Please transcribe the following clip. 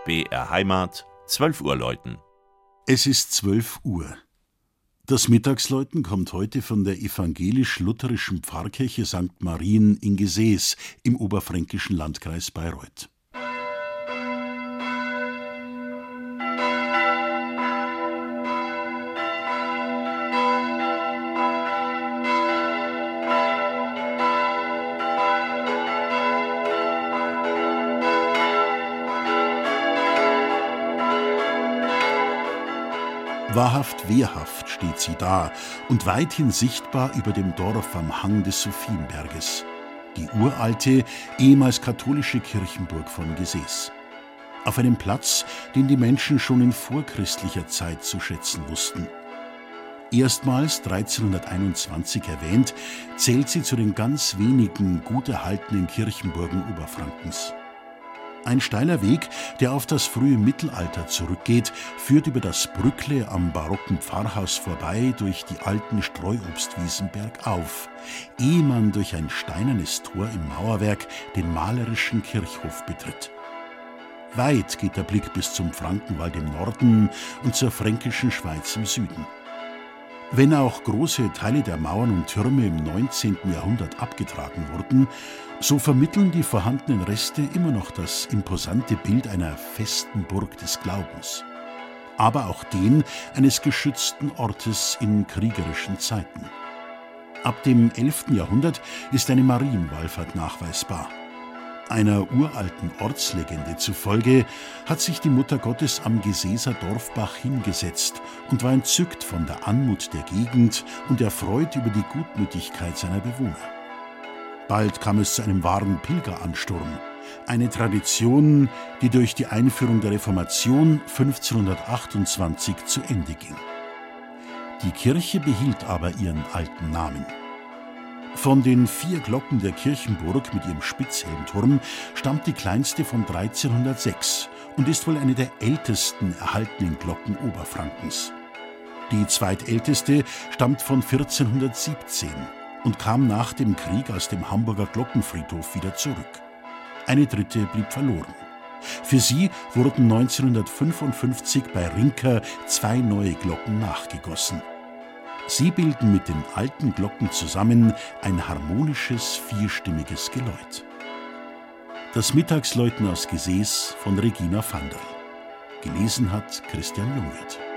BR Heimat, 12 Uhr läuten. Es ist 12 Uhr. Das Mittagsläuten kommt heute von der evangelisch-lutherischen Pfarrkirche St. Marien in Gesäß im oberfränkischen Landkreis Bayreuth. Wahrhaft wehrhaft steht sie da und weithin sichtbar über dem Dorf am Hang des Sophienberges. Die uralte, ehemals katholische Kirchenburg von Gesäß. Auf einem Platz, den die Menschen schon in vorchristlicher Zeit zu schätzen wussten. Erstmals 1321 erwähnt, zählt sie zu den ganz wenigen gut erhaltenen Kirchenburgen Oberfrankens. Ein steiler Weg, der auf das frühe Mittelalter zurückgeht, führt über das Brückle am barocken Pfarrhaus vorbei durch die alten Streuobstwiesen bergauf, ehe man durch ein steinernes Tor im Mauerwerk den malerischen Kirchhof betritt. Weit geht der Blick bis zum Frankenwald im Norden und zur fränkischen Schweiz im Süden. Wenn auch große Teile der Mauern und Türme im 19. Jahrhundert abgetragen wurden, so vermitteln die vorhandenen Reste immer noch das imposante Bild einer festen Burg des Glaubens. Aber auch den eines geschützten Ortes in kriegerischen Zeiten. Ab dem 11. Jahrhundert ist eine Marienwallfahrt nachweisbar. Einer uralten Ortslegende zufolge hat sich die Mutter Gottes am Gesäßer Dorfbach hingesetzt und war entzückt von der Anmut der Gegend und erfreut über die Gutmütigkeit seiner Bewohner. Bald kam es zu einem wahren Pilgeransturm, eine Tradition, die durch die Einführung der Reformation 1528 zu Ende ging. Die Kirche behielt aber ihren alten Namen. Von den 4 Glocken der Kirchenburg mit ihrem Spitzhelmturm stammt die kleinste von 1306 und ist wohl eine der ältesten erhaltenen Glocken Oberfrankens. Die zweitälteste stammt von 1417 und kam nach dem Krieg aus dem Hamburger Glockenfriedhof wieder zurück. Eine dritte blieb verloren. Für sie wurden 1955 bei Rinker 2 neue Glocken nachgegossen. Sie bilden mit den alten Glocken zusammen ein harmonisches, vierstimmiges Geläut. Das Mittagsläuten aus Gesäß von Regina Vandal. Gelesen hat Christian Jungwirth.